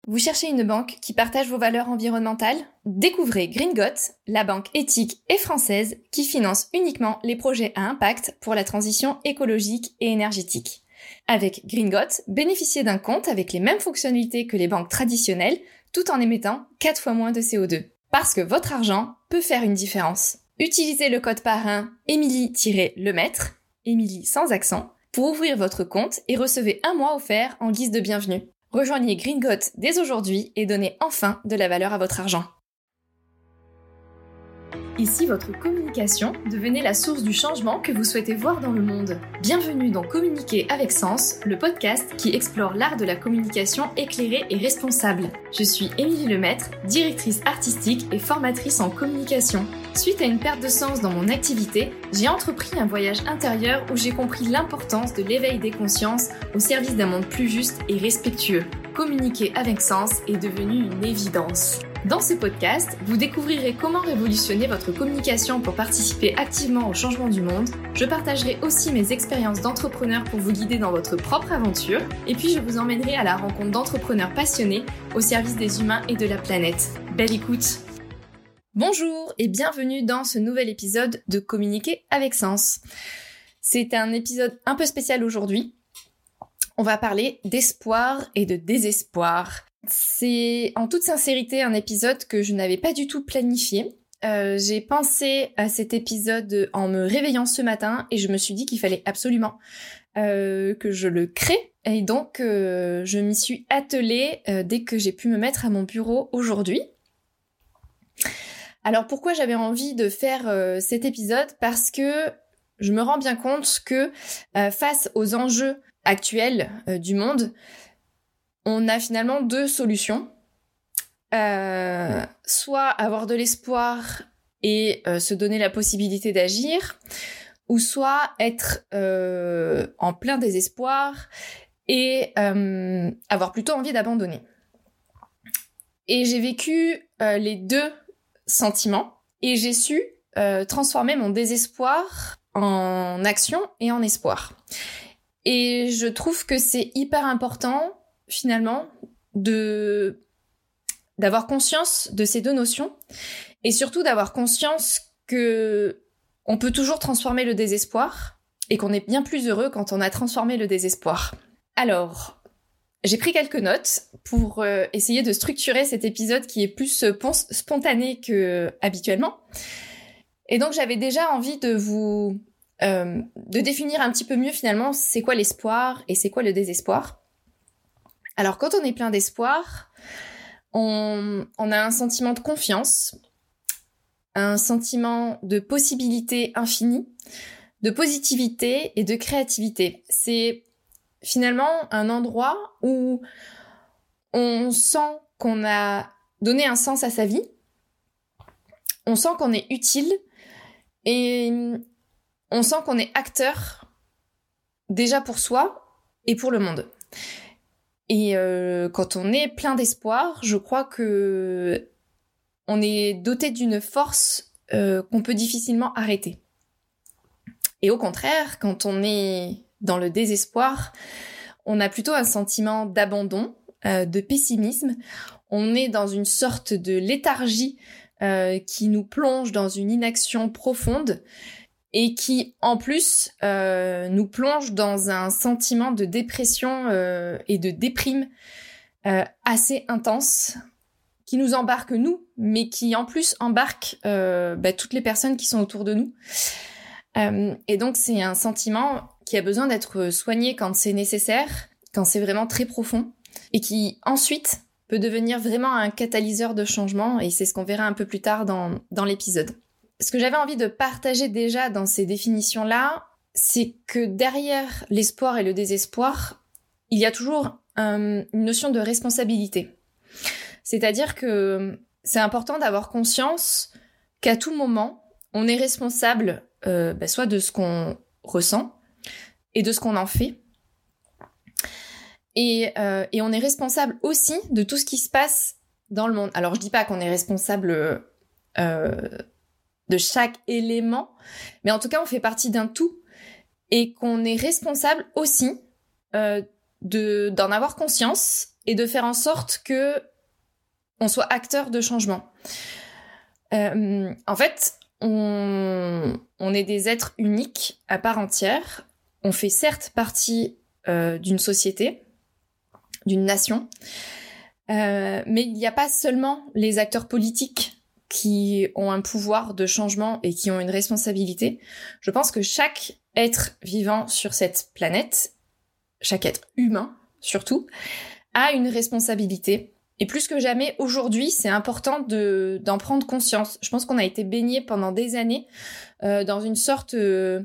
Vous cherchez une banque qui partage vos valeurs environnementales? Découvrez Greengot, la banque éthique et française qui finance uniquement les projets à impact pour la transition écologique et énergétique. Avec Greengot, bénéficiez d'un compte avec les mêmes fonctionnalités que les banques traditionnelles, tout en émettant 4 fois moins de CO2. Parce que votre argent peut faire une différence. Utilisez le code parrain Émilie-Lemaître, Émilie sans accent, pour ouvrir votre compte et recevez 1 mois offert en guise de bienvenue. Rejoignez Greengot dès aujourd'hui et donnez enfin de la valeur à votre argent. Ici votre communication, devenez la source du changement que vous souhaitez voir dans le monde. Bienvenue dans Communiquer avec Sens, le podcast qui explore l'art de la communication éclairée et responsable. Je suis Émilie Lemaître, directrice artistique et formatrice en communication. Suite à une perte de sens dans mon activité, j'ai entrepris un voyage intérieur où j'ai compris l'importance de l'éveil des consciences au service d'un monde plus juste et respectueux. Communiquer avec Sens est devenu une évidence. Dans ce podcast, vous découvrirez comment révolutionner votre communication pour participer activement au changement du monde. Je partagerai aussi mes expériences d'entrepreneur pour vous guider dans votre propre aventure. Et puis je vous emmènerai à la rencontre d'entrepreneurs passionnés au service des humains et de la planète. Belle écoute! Bonjour et bienvenue dans ce nouvel épisode de Communiquer avec Sens. C'est un épisode un peu spécial aujourd'hui. On va parler d'espoir et de désespoir. C'est en toute sincérité un épisode que je n'avais pas du tout planifié. J'ai pensé à cet épisode en me réveillant ce matin et je me suis dit qu'il fallait absolument que je le crée. Et donc je m'y suis attelée dès que j'ai pu me mettre à mon bureau aujourd'hui. Alors pourquoi j'avais envie de faire cet épisode? Parce que je me rends bien compte que face aux enjeux actuels du monde, on a finalement 2 solutions. Soit avoir de l'espoir et se donner la possibilité d'agir, ou soit être en plein désespoir et avoir plutôt envie d'abandonner. Et j'ai vécu les 2 sentiments et j'ai su transformer mon désespoir en action et en espoir. Et je trouve que c'est hyper important finalement d'avoir conscience de ces 2 notions et surtout d'avoir conscience que on peut toujours transformer le désespoir et qu'on est bien plus heureux quand on a transformé le désespoir. Alors, j'ai pris quelques notes pour essayer de structurer cet épisode qui est plus spontané que habituellement. Et donc j'avais déjà envie de vous de définir un petit peu mieux finalement c'est quoi l'espoir et c'est quoi le désespoir. Alors quand on est plein d'espoir, on a un sentiment de confiance, un sentiment de possibilité infinie, de positivité et de créativité. C'est finalement un endroit où on sent qu'on a donné un sens à sa vie, on sent qu'on est utile et on sent qu'on est acteur déjà pour soi et pour le monde. Et quand on est plein d'espoir, je crois que on est doté d'une force qu'on peut difficilement arrêter. Et au contraire, quand on est dans le désespoir, on a plutôt un sentiment d'abandon, de pessimisme. On est dans une sorte de léthargie qui nous plonge dans une inaction profonde et qui, en plus, nous plonge dans un sentiment de dépression et de déprime assez intense, qui nous embarque nous, mais qui, en plus, embarque toutes les personnes qui sont autour de nous. Et donc, c'est un sentiment qui a besoin d'être soigné quand c'est nécessaire, quand c'est vraiment très profond, et qui, ensuite, peut devenir vraiment un catalyseur de changement, et c'est ce qu'on verra un peu plus tard dans l'épisode. Ce que j'avais envie de partager déjà dans ces définitions-là, c'est que derrière l'espoir et le désespoir, il y a toujours une notion de responsabilité. C'est-à-dire que c'est important d'avoir conscience qu'à tout moment, on est responsable soit de ce qu'on ressent et de ce qu'on en fait. Et on est responsable aussi de tout ce qui se passe dans le monde. Alors je dis pas qu'on est responsable de chaque élément, mais en tout cas on fait partie d'un tout et qu'on est responsable aussi d'en avoir conscience et de faire en sorte que on soit acteur de changement. En fait, on est des êtres uniques à part entière. On fait certes partie d'une société, d'une nation, mais il n'y a pas seulement les acteurs politiques qui ont un pouvoir de changement et qui ont une responsabilité. Je pense que chaque être vivant sur cette planète, chaque être humain surtout, a une responsabilité. Et plus que jamais, aujourd'hui, c'est important d'en prendre conscience. Je pense qu'on a été baigné pendant des années dans une sorte de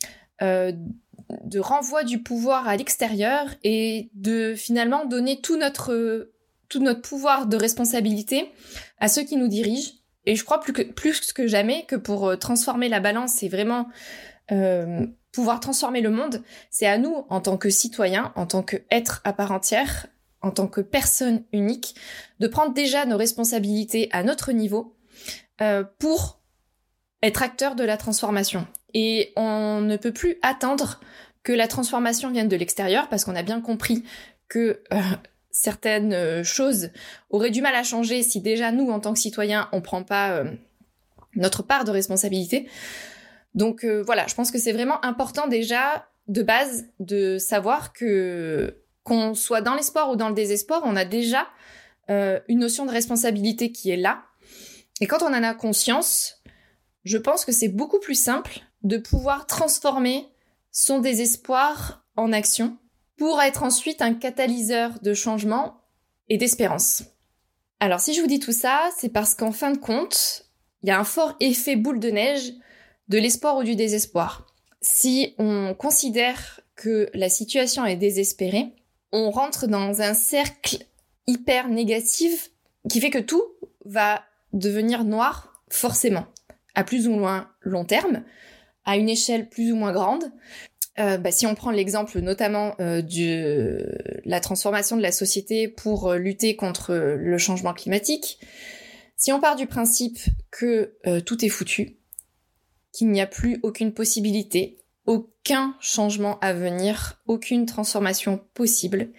renvoi du pouvoir à l'extérieur et de finalement donner tout notre pouvoir de responsabilité à ceux qui nous dirigent. Et je crois plus que jamais que pour transformer la balance et vraiment pouvoir transformer le monde, c'est à nous, en tant que citoyens, en tant qu'êtres à part entière, en tant que personne unique, de prendre déjà nos responsabilités à notre niveau pour être acteurs de la transformation. Et on ne peut plus attendre que la transformation vienne de l'extérieur, parce qu'on a bien compris que certaines choses auraient du mal à changer si déjà nous, en tant que citoyens, on prend pas notre part de responsabilité. Donc voilà, je pense que c'est vraiment important déjà, de base, de savoir qu'on soit dans l'espoir ou dans le désespoir, on a déjà une notion de responsabilité qui est là. Et quand on en a conscience, je pense que c'est beaucoup plus simple de pouvoir transformer son désespoir en action pour être ensuite un catalyseur de changement et d'espérance. Alors si je vous dis tout ça, c'est parce qu'en fin de compte, il y a un fort effet boule de neige de l'espoir ou du désespoir. Si on considère que la situation est désespérée, on rentre dans un cercle hyper négatif qui fait que tout va devenir noir forcément, à plus ou moins long terme, à une échelle plus ou moins grande. Si on prend l'exemple notamment de la transformation de la société pour lutter contre le changement climatique, si on part du principe que tout est foutu, qu'il n'y a plus aucune possibilité, aucun changement à venir, aucune transformation possible,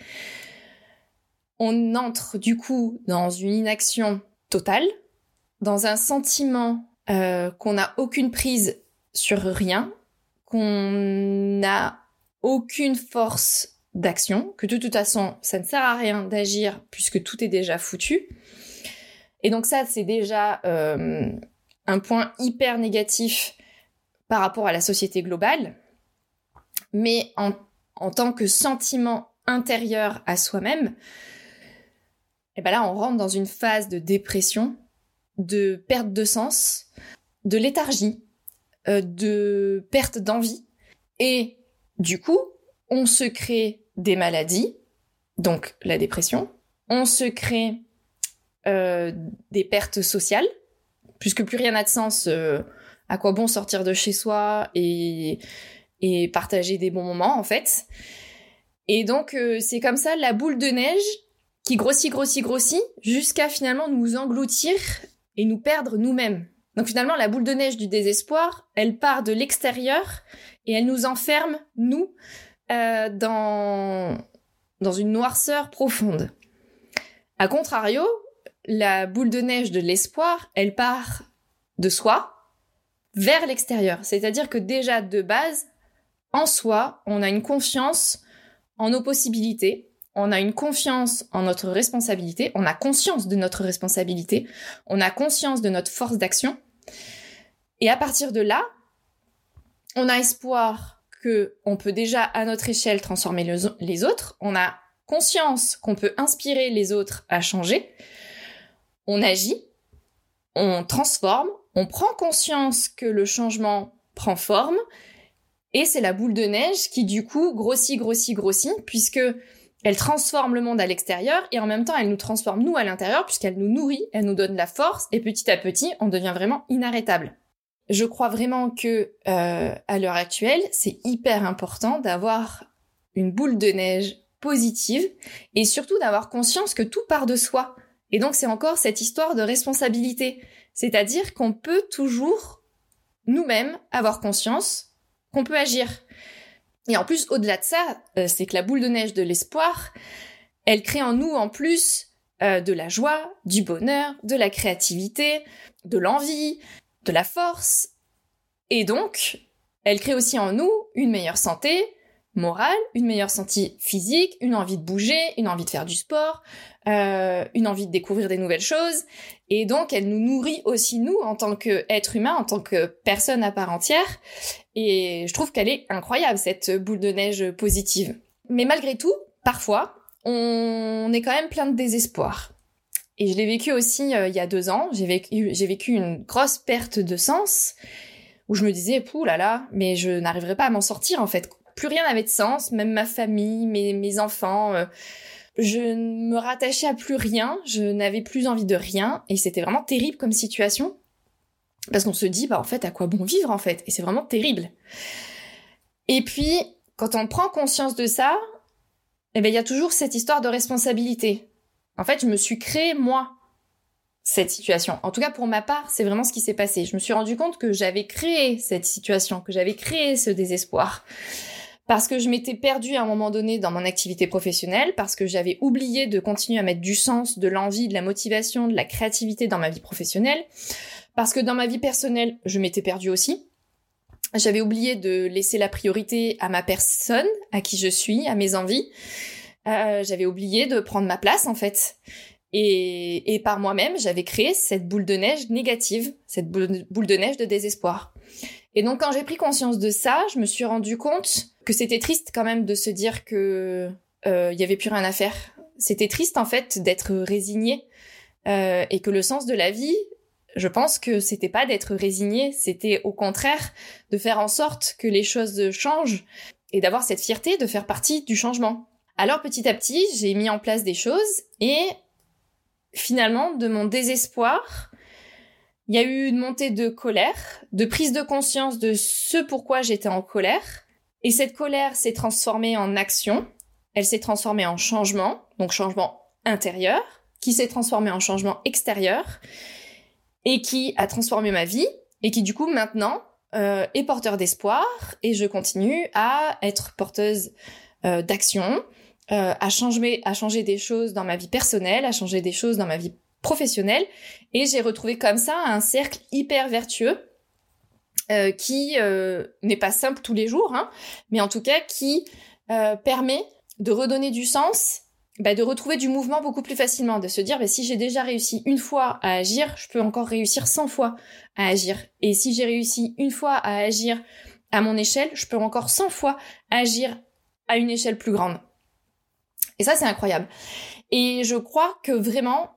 on entre du coup dans une inaction totale, dans un sentiment qu'on n'a aucune prise sur rien, qu'on n'a aucune force d'action, que de toute façon, ça ne sert à rien d'agir puisque tout est déjà foutu. Et donc ça, c'est déjà un point hyper négatif par rapport à la société globale. Mais en tant que sentiment intérieur à soi-même, et ben là, on rentre dans une phase de dépression, de perte de sens, de léthargie, de perte d'envie. Et du coup, on se crée des maladies, donc la dépression. On se crée des pertes sociales, puisque plus rien n'a de sens. À quoi bon sortir de chez soi et partager des bons moments, en fait. Et donc, c'est comme ça la boule de neige qui grossit, jusqu'à finalement nous engloutir et nous perdre nous-mêmes. Donc finalement, la boule de neige du désespoir, elle part de l'extérieur et elle nous enferme, nous, dans une noirceur profonde. A contrario, la boule de neige de l'espoir, elle part de soi vers l'extérieur. C'est-à-dire que déjà, de base, en soi, on a une confiance en nos possibilités, on a une confiance en notre responsabilité, on a conscience de notre responsabilité, on a conscience de notre force d'action. Et à partir de là, on a espoir qu'on peut déjà, à notre échelle, transformer les autres. On a conscience qu'on peut inspirer les autres à changer. On agit, on transforme, on prend conscience que le changement prend forme. Et c'est la boule de neige qui, du coup, grossit, puisque elle transforme le monde à l'extérieur et en même temps, elle nous transforme, nous, à l'intérieur, puisqu'elle nous nourrit, elle nous donne de la force et petit à petit, on devient vraiment inarrêtable. Je crois vraiment que, à l'heure actuelle, c'est hyper important d'avoir une boule de neige positive et surtout d'avoir conscience que tout part de soi. Et donc, c'est encore cette histoire de responsabilité. C'est-à-dire qu'on peut toujours, nous-mêmes, avoir conscience qu'on peut agir. Et en plus, au-delà de ça, c'est que la boule de neige de l'espoir, elle crée en nous en plus de la joie, du bonheur, de la créativité, de l'envie, de la force. Et donc, elle crée aussi en nous une meilleure santé morale, une meilleure santé physique, une envie de bouger, une envie de faire du sport, une envie de découvrir des nouvelles choses. Et donc, elle nous nourrit aussi, nous, en tant qu'être humain, en tant que personne à part entière. Et je trouve qu'elle est incroyable, cette boule de neige positive. Mais malgré tout, parfois, on est quand même plein de désespoir. Et je l'ai vécu aussi il y a 2 ans. J'ai vécu une grosse perte de sens, où je me disais, pouh là là, mais je n'arriverai pas à m'en sortir, en fait. Plus rien n'avait de sens, même ma famille, mes enfants. Je ne me rattachais à plus rien, je n'avais plus envie de rien, et c'était vraiment terrible comme situation. Parce qu'on se dit, en fait, à quoi bon vivre, en fait? Et c'est vraiment terrible. Et puis, quand on prend conscience de ça, il y a toujours cette histoire de responsabilité. En fait, je me suis créé, moi, cette situation. En tout cas, pour ma part, c'est vraiment ce qui s'est passé. Je me suis rendu compte que j'avais créé cette situation, que j'avais créé ce désespoir. Parce que je m'étais perdue à un moment donné dans mon activité professionnelle, parce que j'avais oublié de continuer à mettre du sens, de l'envie, de la motivation, de la créativité dans ma vie professionnelle, parce que dans ma vie personnelle, je m'étais perdue aussi. J'avais oublié de laisser la priorité à ma personne, à qui je suis, à mes envies. J'avais oublié de prendre ma place, en fait. Et par moi-même, j'avais créé cette boule de neige négative, cette boule de neige de désespoir. Et donc, quand j'ai pris conscience de ça, je me suis rendu compte que c'était triste quand même de se dire que y avait plus rien à faire. C'était triste, en fait, d'être résigné. Et que le sens de la vie, je pense que c'était pas d'être résigné, c'était au contraire de faire en sorte que les choses changent et d'avoir cette fierté de faire partie du changement. Alors, petit à petit, j'ai mis en place des choses et finalement, de mon désespoir, il y a eu une montée de colère, de prise de conscience de ce pourquoi j'étais en colère. Et cette colère s'est transformée en action. Elle s'est transformée en changement, donc changement intérieur, qui s'est transformé en changement extérieur, et qui a transformé ma vie, et qui du coup maintenant est porteur d'espoir, et je continue à être porteuse d'action, à changer des choses dans ma vie personnelle, à changer des choses dans ma vie professionnelle, et j'ai retrouvé comme ça un cercle hyper vertueux qui n'est pas simple tous les jours, hein, mais en tout cas qui permet de redonner du sens, de retrouver du mouvement beaucoup plus facilement, de se dire si j'ai déjà réussi une fois à agir, je peux encore réussir 100 fois à agir, et si j'ai réussi une fois à agir à mon échelle, je peux encore 100 fois agir à une échelle plus grande. Et ça, c'est incroyable. Et je crois que vraiment,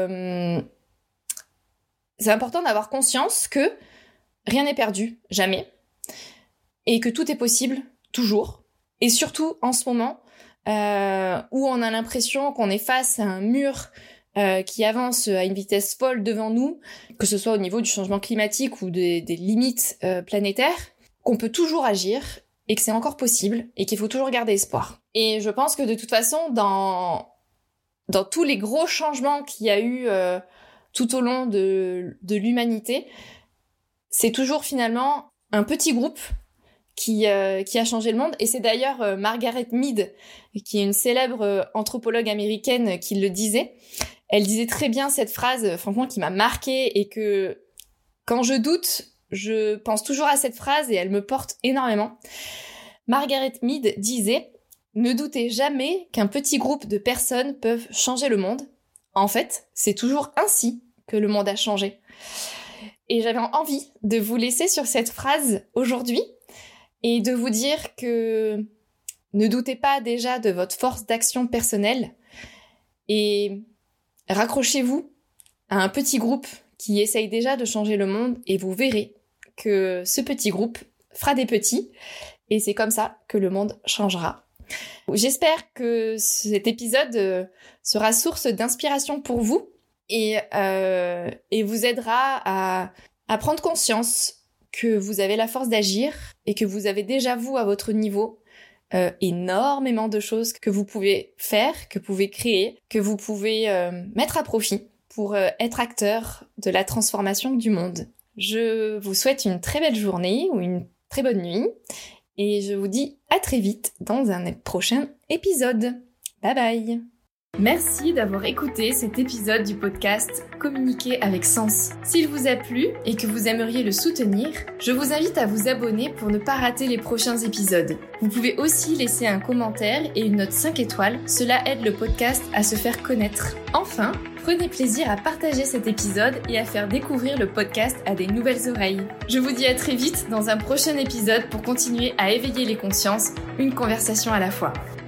c'est important d'avoir conscience que rien n'est perdu, jamais, et que tout est possible, toujours. Et surtout, en ce moment, où on a l'impression qu'on est face à un mur qui avance à une vitesse folle devant nous, que ce soit au niveau du changement climatique ou des limites planétaires, qu'on peut toujours agir, et que c'est encore possible, et qu'il faut toujours garder espoir. Et je pense que de toute façon, dans tous les gros changements qu'il y a eu tout au long de l'humanité, c'est toujours finalement un petit groupe qui a changé le monde. Et c'est d'ailleurs Margaret Mead, qui est une célèbre anthropologue américaine, qui le disait. Elle disait très bien cette phrase, franchement, qui m'a marquée, et que quand je doute, je pense toujours à cette phrase et elle me porte énormément. Margaret Mead disait « Ne doutez jamais qu'un petit groupe de personnes peuvent changer le monde. En fait, c'est toujours ainsi que le monde a changé. » Et j'avais envie de vous laisser sur cette phrase aujourd'hui et de vous dire que ne doutez pas déjà de votre force d'action personnelle et raccrochez-vous à un petit groupe qui essaye déjà de changer le monde, et vous verrez que ce petit groupe fera des petits, et c'est comme ça que le monde changera. J'espère que cet épisode sera source d'inspiration pour vous et vous aidera à prendre conscience que vous avez la force d'agir et que vous avez déjà, vous, à votre niveau, énormément de choses que vous pouvez faire, que vous pouvez créer, que vous pouvez mettre à profit pour être acteur de la transformation du monde. Je vous souhaite une très belle journée ou une très bonne nuit et je vous dis à très vite dans un prochain épisode. Bye bye! Merci d'avoir écouté cet épisode du podcast Communiquer avec sens. S'il vous a plu et que vous aimeriez le soutenir, je vous invite à vous abonner pour ne pas rater les prochains épisodes. Vous pouvez aussi laisser un commentaire et une note 5 étoiles, cela aide le podcast à se faire connaître. Enfin, prenez plaisir à partager cet épisode et à faire découvrir le podcast à des nouvelles oreilles. Je vous dis à très vite dans un prochain épisode pour continuer à éveiller les consciences, une conversation à la fois.